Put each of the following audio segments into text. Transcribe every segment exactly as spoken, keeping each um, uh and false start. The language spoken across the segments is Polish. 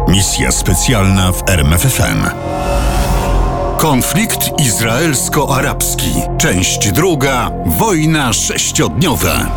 Misja specjalna w R M F F M. Konflikt izraelsko-arabski. Część druga. Wojna sześciodniowa.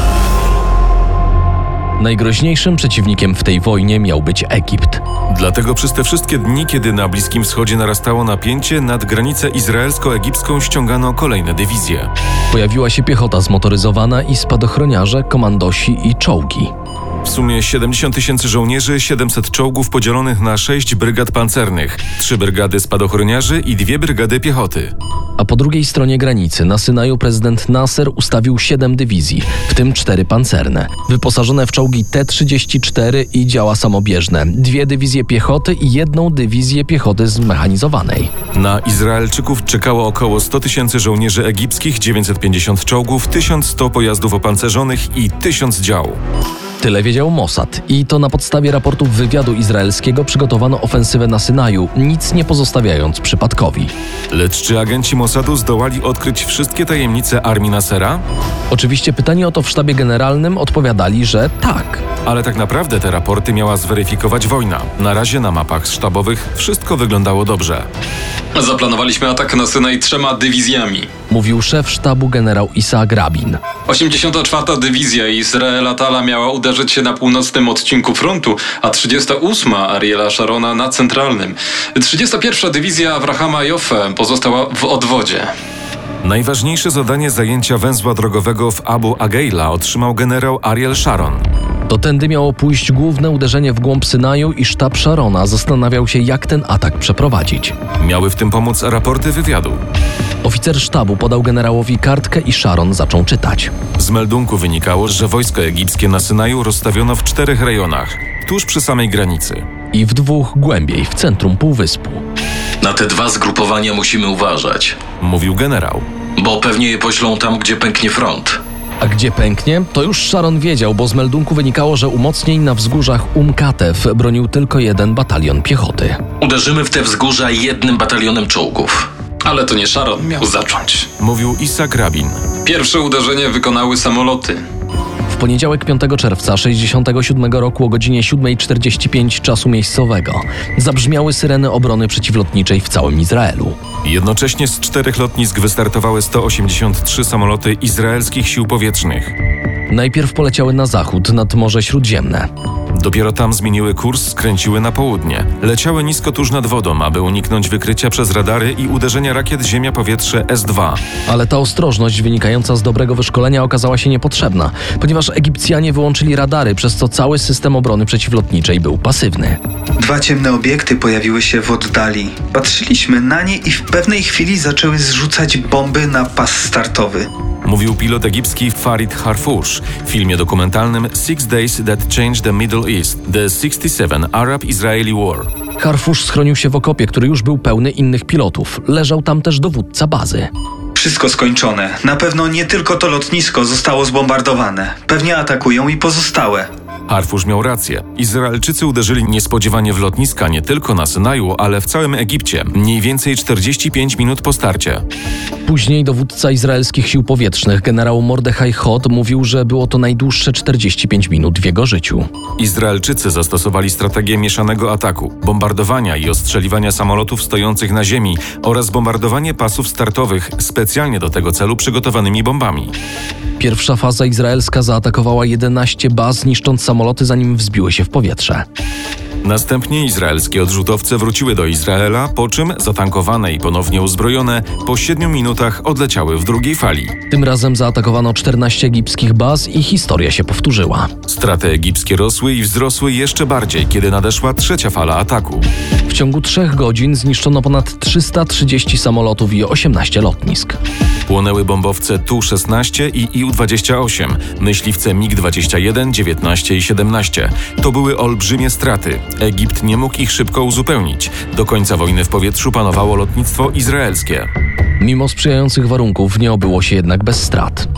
Najgroźniejszym przeciwnikiem w tej wojnie miał być Egipt. Dlatego przez te wszystkie dni, kiedy na Bliskim Wschodzie narastało napięcie, nad granicę izraelsko-egipską ściągano kolejne dywizje. Pojawiła się piechota zmotoryzowana i spadochroniarze, komandosi i czołgi. W sumie siedemdziesiąt tysięcy żołnierzy, siedemset czołgów podzielonych na sześć brygad pancernych, trzy brygady spadochroniarzy i dwie brygady piechoty. A po drugiej stronie granicy na Synaju prezydent Nasser ustawił siedem dywizji, w tym cztery pancerne, wyposażone w czołgi T trzydzieści cztery i działa samobieżne, dwie dywizje piechoty i jedną dywizję piechoty zmechanizowanej. Na Izraelczyków czekało około sto tysięcy żołnierzy egipskich, dziewięćset pięćdziesiąt czołgów, tysiąc sto pojazdów opancerzonych i tysiąc dział. Tyle wiedział Mossad i to na podstawie raportów wywiadu izraelskiego przygotowano ofensywę na Synaju, nic nie pozostawiając przypadkowi. Lecz czy agenci Mossadu zdołali odkryć wszystkie tajemnice armii Nassera? Oczywiście pytanie o to w sztabie generalnym odpowiadali, że tak. Ale tak naprawdę te raporty miała zweryfikować wojna. Na razie na mapach sztabowych wszystko wyglądało dobrze. Zaplanowaliśmy atak na Synaj trzema dywizjami. Mówił szef sztabu generał Issaak Rabin. osiemdziesiąta czwarta Dywizja Israela Tala miała uderzyć się na północnym odcinku frontu, a trzydziesta ósma Ariela Sharona na centralnym. trzydziesta pierwsza Dywizja Avrahama Joffe pozostała w odwodzie. Najważniejsze zadanie zajęcia węzła drogowego w Abu Agheila otrzymał generał Ariel Sharon. To tędy miało pójść główne uderzenie w głąb Synaju i sztab Sharona zastanawiał się, jak ten atak przeprowadzić. Miały w tym pomóc raporty wywiadu. Oficer sztabu podał generałowi kartkę i Sharon zaczął czytać. Z meldunku wynikało, że wojsko egipskie na Synaju rozstawiono w czterech rejonach, tuż przy samej granicy. I w dwóch głębiej, w centrum półwyspu. Na te dwa zgrupowania musimy uważać, Mówił generał. bo pewnie je poślą tam, gdzie pęknie front. A gdzie pęknie? To już Sharon wiedział, bo z meldunku wynikało, że umocnień na wzgórzach Um Katef bronił tylko jeden batalion piechoty. Uderzymy w te wzgórza jednym batalionem czołgów. Ale to nie Sharon miał zacząć. Mówił Issaak Rabin. Pierwsze uderzenie wykonały samoloty. W poniedziałek piątego czerwca sześćdziesiątego siódmego roku o godzinie siódma czterdzieści pięć czasu miejscowego zabrzmiały syreny obrony przeciwlotniczej w całym Izraelu. Jednocześnie z czterech lotnisk wystartowały sto osiemdziesiąt trzy samoloty izraelskich sił powietrznych. Najpierw poleciały na zachód, nad Morze Śródziemne. Dopiero tam zmieniły kurs, skręciły na południe. Leciały nisko tuż nad wodą, aby uniknąć wykrycia przez radary i uderzenia rakiet ziemia-powietrze S dwa. Ale ta ostrożność wynikająca z dobrego wyszkolenia okazała się niepotrzebna, ponieważ Egipcjanie wyłączyli radary, przez co cały system obrony przeciwlotniczej był pasywny. Dwa ciemne obiekty pojawiły się w oddali. Patrzyliśmy na nie i w pewnej chwili zaczęły zrzucać bomby na pas startowy. Mówił pilot egipski Farid Harfoush w filmie dokumentalnym Six Days That Changed the Middle East – The sixty seven Arab-Israeli War. Harfoush schronił się w okopie, który już był pełny innych pilotów. Leżał tam też dowódca bazy. Wszystko skończone. Na pewno nie tylko to lotnisko zostało zbombardowane. Pewnie atakują i pozostałe. Harfoush miał rację. Izraelczycy uderzyli niespodziewanie w lotniska nie tylko na Synaju, ale w całym Egipcie. Mniej więcej czterdzieści pięć minut po starcie. Później dowódca izraelskich sił powietrznych, generał Mordechai Hod, mówił, że było to najdłuższe czterdzieści pięć minut w jego życiu. Izraelczycy zastosowali strategię mieszanego ataku, bombardowania i ostrzeliwania samolotów stojących na ziemi oraz bombardowanie pasów startowych specjalnie do tego celu przygotowanymi bombami. Pierwsza faza izraelska zaatakowała jedenaście baz, niszcząc samoloty, zanim wzbiły się w powietrze. Następnie izraelskie odrzutowce wróciły do Izraela, po czym zatankowane i ponownie uzbrojone po siedmiu minutach odleciały w drugiej fali. Tym razem zaatakowano czternaście egipskich baz i historia się powtórzyła. Straty egipskie rosły i wzrosły jeszcze bardziej, kiedy nadeszła trzecia fala ataku. W ciągu trzech godzin zniszczono ponad trzysta trzydzieści samolotów i osiemnaście lotnisk. Płonęły bombowce Tu szesnaście i Ił dwadzieścia osiem, myśliwce mig dwadzieścia jeden, dziewiętnaście i siedemnaście. To były olbrzymie straty. Egipt nie mógł ich szybko uzupełnić. Do końca wojny w powietrzu panowało lotnictwo izraelskie. Mimo sprzyjających warunków nie obyło się jednak bez strat.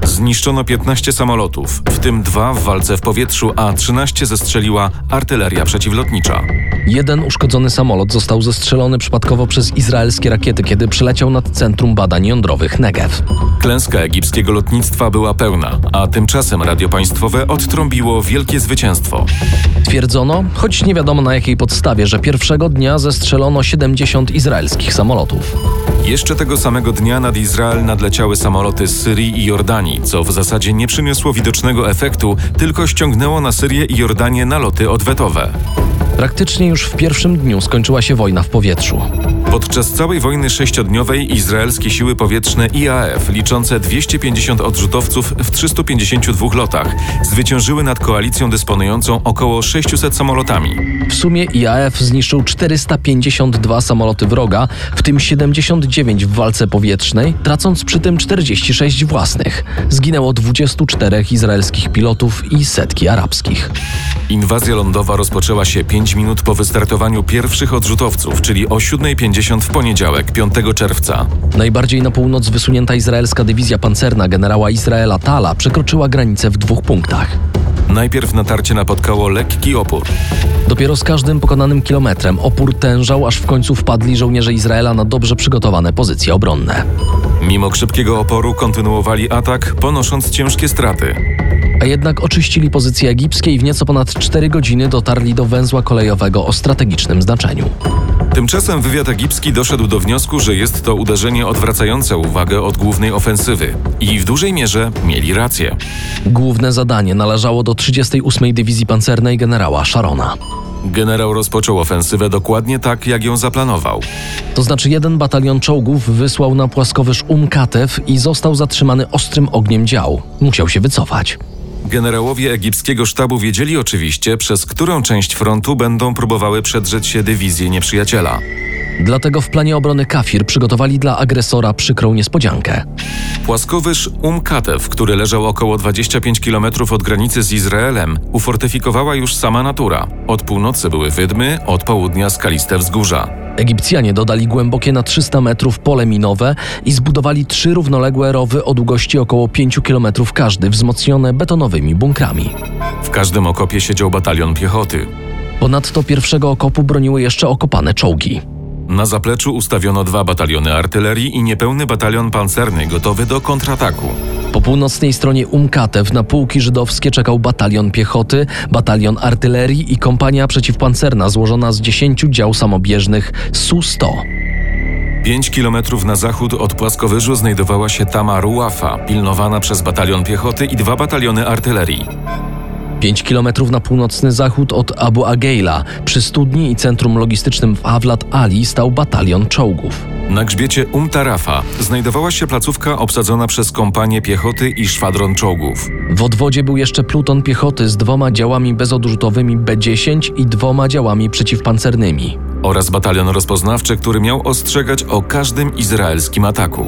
Zniszczono piętnaście samolotów, w tym dwa w walce w powietrzu, a trzynaście zestrzeliła artyleria przeciwlotnicza. Jeden uszkodzony samolot został zestrzelony przypadkowo przez izraelskie rakiety, kiedy przeleciał nad Centrum Badań Jądrowych Negev. Klęska egipskiego lotnictwa była pełna, a tymczasem radio państwowe odtrąbiło wielkie zwycięstwo. Twierdzono, choć nie wiadomo na jakiej podstawie, że pierwszego dnia zestrzelono siedemdziesiąt izraelskich samolotów. Jeszcze tego samego dnia nad Izrael nadleciały samoloty z Syrii i Jordanii, co w zasadzie nie przyniosło widocznego efektu, tylko ściągnęło na Syrię i Jordanię naloty odwetowe. Praktycznie już w pierwszym dniu skończyła się wojna w powietrzu. Podczas całej wojny sześciodniowej izraelskie siły powietrzne I A F, liczące dwieście pięćdziesiąt odrzutowców w trzystu pięćdziesięciu dwóch lotach, zwyciężyły nad koalicją dysponującą około sześciuset samolotami. W sumie I A F zniszczył czterysta pięćdziesiąt dwa samoloty wroga, w tym siedemdziesiąt dziewięć w walce powietrznej, tracąc przy tym czterdzieści sześć własnych. Zginęło dwudziestu czterech izraelskich pilotów i setki arabskich. Inwazja lądowa rozpoczęła się pięć minut po wystartowaniu pierwszych odrzutowców, czyli o siódma pięćdziesiąt w poniedziałek, piątego czerwca. Najbardziej na północ wysunięta izraelska dywizja pancerna generała Israela Tala przekroczyła granicę w dwóch punktach. Najpierw natarcie napotkało lekki opór. Dopiero z każdym pokonanym kilometrem opór tężał, aż w końcu wpadli żołnierze Izraela na dobrze przygotowane pozycje obronne. Mimo szybkiego oporu kontynuowali atak, ponosząc ciężkie straty. A jednak oczyścili pozycje egipskie i w nieco ponad cztery godziny dotarli do węzła kolejowego o strategicznym znaczeniu. Tymczasem wywiad egipski doszedł do wniosku, że jest to uderzenie odwracające uwagę od głównej ofensywy. I w dużej mierze mieli rację. Główne zadanie należało do trzydziestej ósmej Dywizji Pancernej generała Sharona. Generał rozpoczął ofensywę dokładnie tak, jak ją zaplanował. To znaczy jeden batalion czołgów wysłał na płaskowyż Um Katew i został zatrzymany ostrym ogniem dział. Musiał się wycofać. Generałowie egipskiego sztabu wiedzieli oczywiście, przez którą część frontu będą próbowały przedrzeć się dywizje nieprzyjaciela. Dlatego w planie obrony Kafir przygotowali dla agresora przykrą niespodziankę. Płaskowyż Um Katew, który leżał około dwadzieścia pięć kilometrów od granicy z Izraelem, ufortyfikowała już sama natura. Od północy były wydmy, od południa skaliste wzgórza. Egipcjanie dodali głębokie na trzysta metrów pole minowe i zbudowali trzy równoległe rowy o długości około pięciu kilometrów każdy, wzmocnione betonowymi bunkrami. W każdym okopie siedział batalion piechoty. Ponadto pierwszego okopu broniły jeszcze okopane czołgi. Na zapleczu ustawiono dwa bataliony artylerii i niepełny batalion pancerny gotowy do kontrataku. Po północnej stronie Um Katew na pułki żydowskie czekał batalion piechoty, batalion artylerii i kompania przeciwpancerna złożona z dziesięciu dział samobieżnych S U sto. Pięć kilometrów na zachód od płaskowyżu znajdowała się Tama Ruafa, pilnowana przez batalion piechoty i dwa bataliony artylerii. Pięć kilometrów na północny zachód od Abu Ageila, przy studni i centrum logistycznym w Awlat Ali stał batalion czołgów. Na grzbiecie Um Tarafa znajdowała się placówka obsadzona przez kompanię piechoty i szwadron czołgów. W odwodzie był jeszcze pluton piechoty z dwoma działami bezodrzutowymi B dziesięć i dwoma działami przeciwpancernymi. Oraz batalion rozpoznawczy, który miał ostrzegać o każdym izraelskim ataku.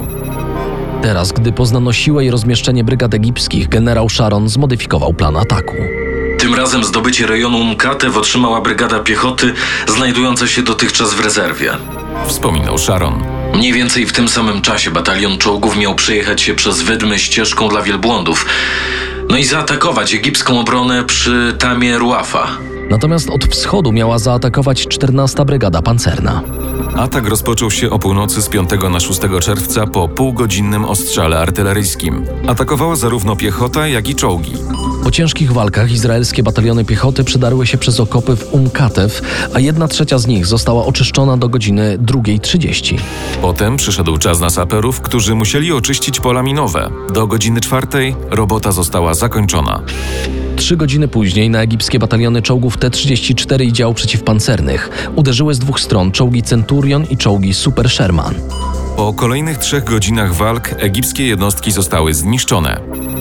Teraz, gdy poznano siłę i rozmieszczenie brygad egipskich, generał Sharon zmodyfikował plan ataku. Tym razem zdobycie rejonu Um Katew otrzymała brygada piechoty znajdująca się dotychczas w rezerwie. Wspominał Sharon. Mniej więcej w tym samym czasie batalion czołgów miał przejechać się przez wydmy ścieżką dla wielbłądów, no i zaatakować egipską obronę przy Tamie Ruafa. Natomiast od wschodu miała zaatakować czternasta Brygada Pancerna. Atak rozpoczął się o północy z piątego na szóstego czerwca po półgodzinnym ostrzale artyleryjskim. Atakowała zarówno piechota, jak i czołgi. Po ciężkich walkach izraelskie bataliony piechoty przedarły się przez okopy w Um Katew, a jedna trzecia z nich została oczyszczona do godziny drugiej trzydzieści. Potem przyszedł czas na saperów, którzy musieli oczyścić pola minowe. Do godziny czwartej robota została zakończona. Trzy godziny później na egipskie bataliony czołgów T trzydzieści cztery i dział przeciwpancernych uderzyły z dwóch stron czołgi Centurion i czołgi Super Sherman. Po kolejnych trzech godzinach walk egipskie jednostki zostały zniszczone.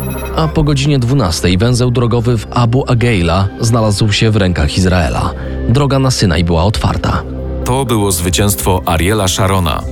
A po godzinie dwunastej węzeł drogowy w Abu Ageila znalazł się w rękach Izraela. Droga na Synaj była otwarta. To było zwycięstwo Ariela Sharona.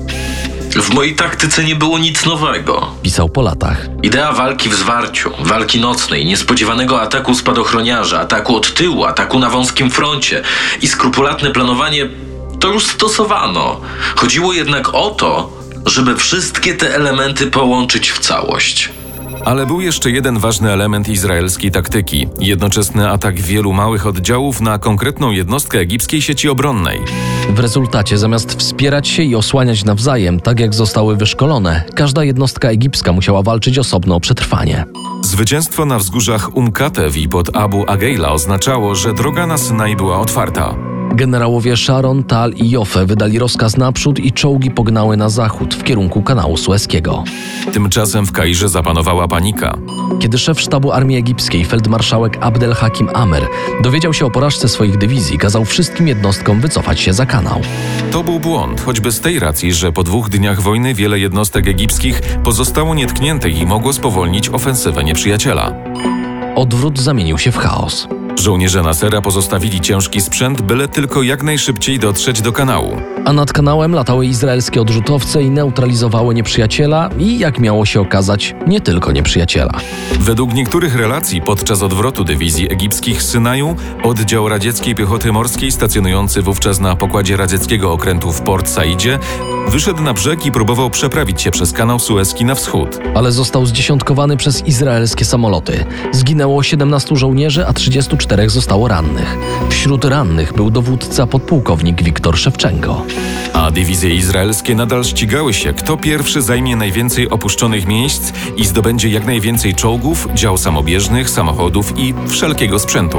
W mojej taktyce nie było nic nowego. Pisał po latach. Idea walki w zwarciu, walki nocnej, niespodziewanego ataku spadochroniarza, ataku od tyłu, ataku na wąskim froncie i skrupulatne planowanie to już stosowano. Chodziło jednak o to, żeby wszystkie te elementy połączyć w całość. Ale był jeszcze jeden ważny element izraelskiej taktyki – jednoczesny atak wielu małych oddziałów na konkretną jednostkę egipskiej sieci obronnej. W rezultacie, zamiast wspierać się i osłaniać nawzajem, tak jak zostały wyszkolone, każda jednostka egipska musiała walczyć osobno o przetrwanie. Zwycięstwo na wzgórzach Umkatew i pod Abu Agejla oznaczało, że droga na Synaj była otwarta. Generałowie Sharon, Tal i Joffe wydali rozkaz naprzód i czołgi pognały na zachód, w kierunku kanału Sueskiego. Tymczasem w Kairze zapanowała panika. Kiedy szef sztabu armii egipskiej, feldmarszałek Abdel Hakim Amer, dowiedział się o porażce swoich dywizji, kazał wszystkim jednostkom wycofać się za kanał. To był błąd, choćby z tej racji, że po dwóch dniach wojny wiele jednostek egipskich pozostało nietkniętych i mogło spowolnić ofensywę nieprzyjaciela. Odwrót zamienił się w chaos. Żołnierze Nasera pozostawili ciężki sprzęt, byle tylko jak najszybciej dotrzeć do kanału. A nad kanałem latały izraelskie odrzutowce i neutralizowały nieprzyjaciela i, jak miało się okazać, nie tylko nieprzyjaciela. Według niektórych relacji podczas odwrotu dywizji egipskich z Synaju oddział radzieckiej piechoty morskiej stacjonujący wówczas na pokładzie radzieckiego okrętu w Port Saidzie wyszedł na brzeg i próbował przeprawić się przez kanał Sueski na wschód. Ale został zdziesiątkowany przez izraelskie samoloty. Zginęło siedemnastu żołnierzy, a trzydziestu czterech zostało rannych. Wśród rannych był dowódca podpułkownik Wiktor Szewczenko. A dywizje izraelskie nadal ścigały się, kto pierwszy zajmie najwięcej opuszczonych miejsc i zdobędzie jak najwięcej czołgów, dział samobieżnych, samochodów i wszelkiego sprzętu.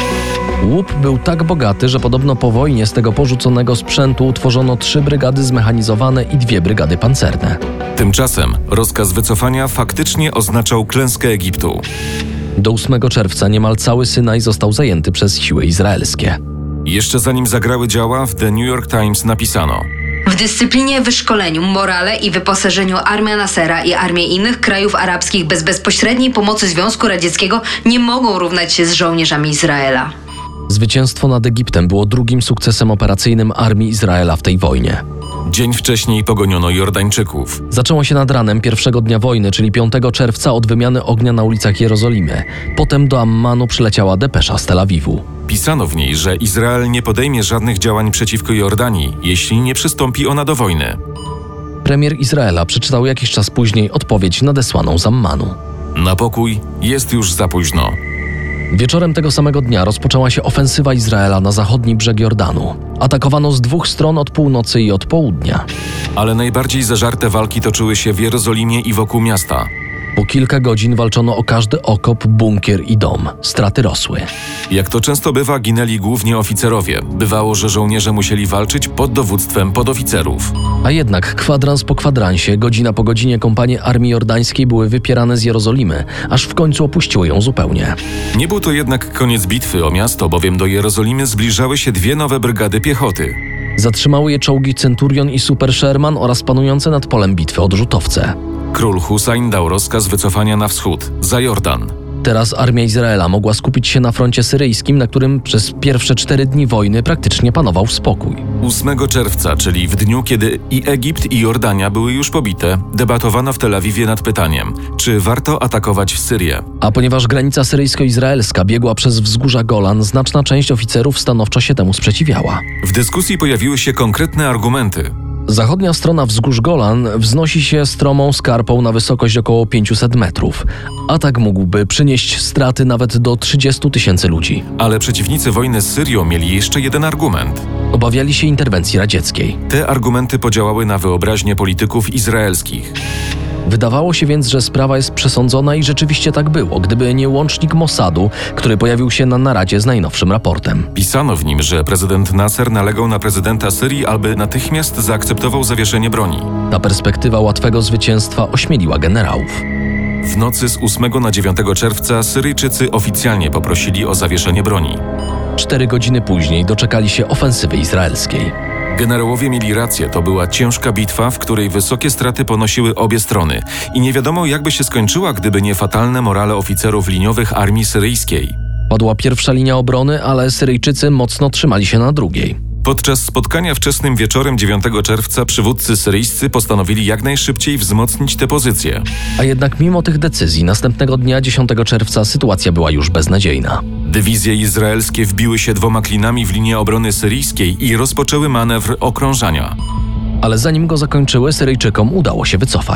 Łup był tak bogaty, że podobno po wojnie z tego porzuconego sprzętu utworzono trzy brygady zmechanizowane i dwie brygady pancerne. Tymczasem rozkaz wycofania faktycznie oznaczał klęskę Egiptu. Do ósmego czerwca niemal cały Synaj został zajęty przez siły izraelskie. Jeszcze zanim zagrały działa, w The New York Times napisano: w dyscyplinie, wyszkoleniu, morale i wyposażeniu armia Nasera i armie innych krajów arabskich bez bezpośredniej pomocy Związku Radzieckiego nie mogą równać się z żołnierzami Izraela. Zwycięstwo nad Egiptem było drugim sukcesem operacyjnym armii Izraela w tej wojnie. Dzień wcześniej pogoniono Jordańczyków. Zaczęło się nad ranem pierwszego dnia wojny, czyli piątego czerwca, od wymiany ognia na ulicach Jerozolimy. Potem do Ammanu przyleciała depesza z Tel Awiwu. Pisano w niej, że Izrael nie podejmie żadnych działań przeciwko Jordanii, jeśli nie przystąpi ona do wojny. Premier Izraela przeczytał jakiś czas później odpowiedź nadesłaną z Ammanu. Na pokój jest już za późno. Wieczorem tego samego dnia rozpoczęła się ofensywa Izraela na zachodni brzeg Jordanu. Atakowano z dwóch stron, od północy i od południa. Ale najbardziej zażarte walki toczyły się w Jerozolimie i wokół miasta. Po kilka godzin walczono o każdy okop, bunkier i dom. Straty rosły. Jak to często bywa, ginęli głównie oficerowie. Bywało, że żołnierze musieli walczyć pod dowództwem podoficerów. A jednak kwadrans po kwadransie, godzina po godzinie kompanie armii jordańskiej były wypierane z Jerozolimy, aż w końcu opuściły ją zupełnie. Nie był to jednak koniec bitwy o miasto, bowiem do Jerozolimy zbliżały się dwie nowe brygady piechoty. Zatrzymały je czołgi Centurion i Super Sherman oraz panujące nad polem bitwy odrzutowce. Król Husajn dał rozkaz wycofania na wschód, za Jordan. Teraz armia Izraela mogła skupić się na froncie syryjskim, na którym przez pierwsze cztery dni wojny praktycznie panował spokój. ósmego czerwca, czyli w dniu, kiedy i Egipt, i Jordania były już pobite, debatowano w Tel Awiwie nad pytaniem, czy warto atakować Syrię. A ponieważ granica syryjsko-izraelska biegła przez wzgórza Golan, znaczna część oficerów stanowczo się temu sprzeciwiała. W dyskusji pojawiły się konkretne argumenty. Zachodnia strona wzgórz Golan wznosi się stromą skarpą na wysokość około pięćset metrów. Atak mógłby przynieść straty nawet do trzydziestu tysięcy ludzi. Ale przeciwnicy wojny z Syrią mieli jeszcze jeden argument. Obawiali się interwencji radzieckiej. Te argumenty podziałały na wyobraźnię polityków izraelskich. Wydawało się więc, że sprawa jest przesądzona i rzeczywiście tak było, gdyby nie łącznik Mossadu, który pojawił się na naradzie z najnowszym raportem. Pisano w nim, że prezydent Nasser nalegał na prezydenta Syrii, aby natychmiast zaakceptował zawieszenie broni. Ta perspektywa łatwego zwycięstwa ośmieliła generałów. W nocy z ósmego na dziewiątego czerwca Syryjczycy oficjalnie poprosili o zawieszenie broni. Cztery godziny później doczekali się ofensywy izraelskiej. Generałowie mieli rację, to była ciężka bitwa, w której wysokie straty ponosiły obie strony i nie wiadomo, jak by się skończyła, gdyby nie fatalne morale oficerów liniowych armii syryjskiej. Padła pierwsza linia obrony, ale Syryjczycy mocno trzymali się na drugiej. Podczas spotkania wczesnym wieczorem dziewiątego czerwca przywódcy syryjscy postanowili jak najszybciej wzmocnić te pozycje. A jednak mimo tych decyzji, następnego dnia dziesiątego czerwca sytuacja była już beznadziejna. Dywizje izraelskie wbiły się dwoma klinami w linię obrony syryjskiej i rozpoczęły manewr okrążania. Ale zanim go zakończyły, Syryjczykom udało się wycofać.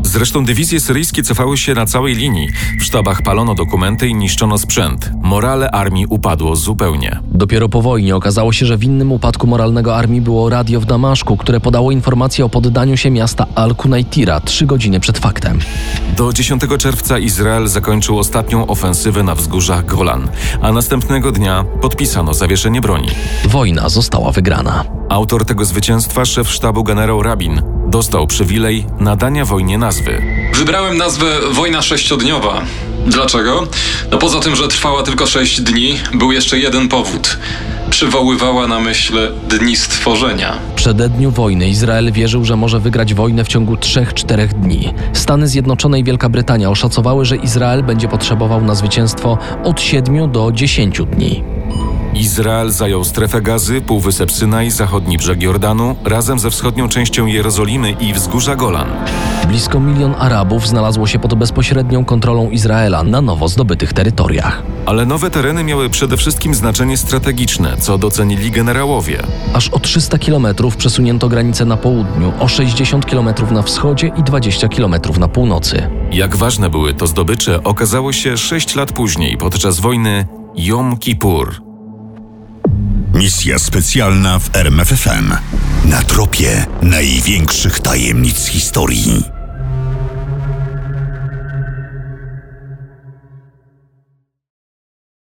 Zresztą dywizje syryjskie cofały się na całej linii. W sztabach palono dokumenty i niszczono sprzęt. Morale armii upadło zupełnie. Dopiero po wojnie okazało się, że winnym upadku moralnego armii było radio w Damaszku, które podało informację o poddaniu się miasta Al-Kunajtira trzy godziny przed faktem. Do dziesiątego czerwca Izrael zakończył ostatnią ofensywę na wzgórzach Golan, a następnego dnia podpisano zawieszenie broni. Wojna została wygrana. Autor tego zwycięstwa, szef sztabu generał Rabin, dostał przywilej nadania wojnie nazwy. Wybrałem nazwę Wojna Sześciodniowa. Dlaczego? No poza tym, że trwała tylko sześć dni, był jeszcze jeden powód. Przywoływała na myśl dni stworzenia. W przededniu wojny Izrael wierzył, że może wygrać wojnę w ciągu trzech czterech dni. Stany Zjednoczone i Wielka Brytania oszacowały, że Izrael będzie potrzebował na zwycięstwo od siedmiu do dziesięciu dni. Izrael zajął strefę Gazy, Półwysep Synaj, zachodni brzeg Jordanu, razem ze wschodnią częścią Jerozolimy i wzgórza Golan. Blisko milion Arabów znalazło się pod bezpośrednią kontrolą Izraela na nowo zdobytych terytoriach. Ale nowe tereny miały przede wszystkim znaczenie strategiczne, co docenili generałowie. Aż o trzysta kilometrów przesunięto granicę na południu, o sześćdziesiąt kilometrów na wschodzie i dwadzieścia kilometrów na północy. Jak ważne były to zdobycze, okazało się sześć lat później, podczas wojny Jom Kippur. Misja specjalna w R M F F M. Na tropie największych tajemnic historii.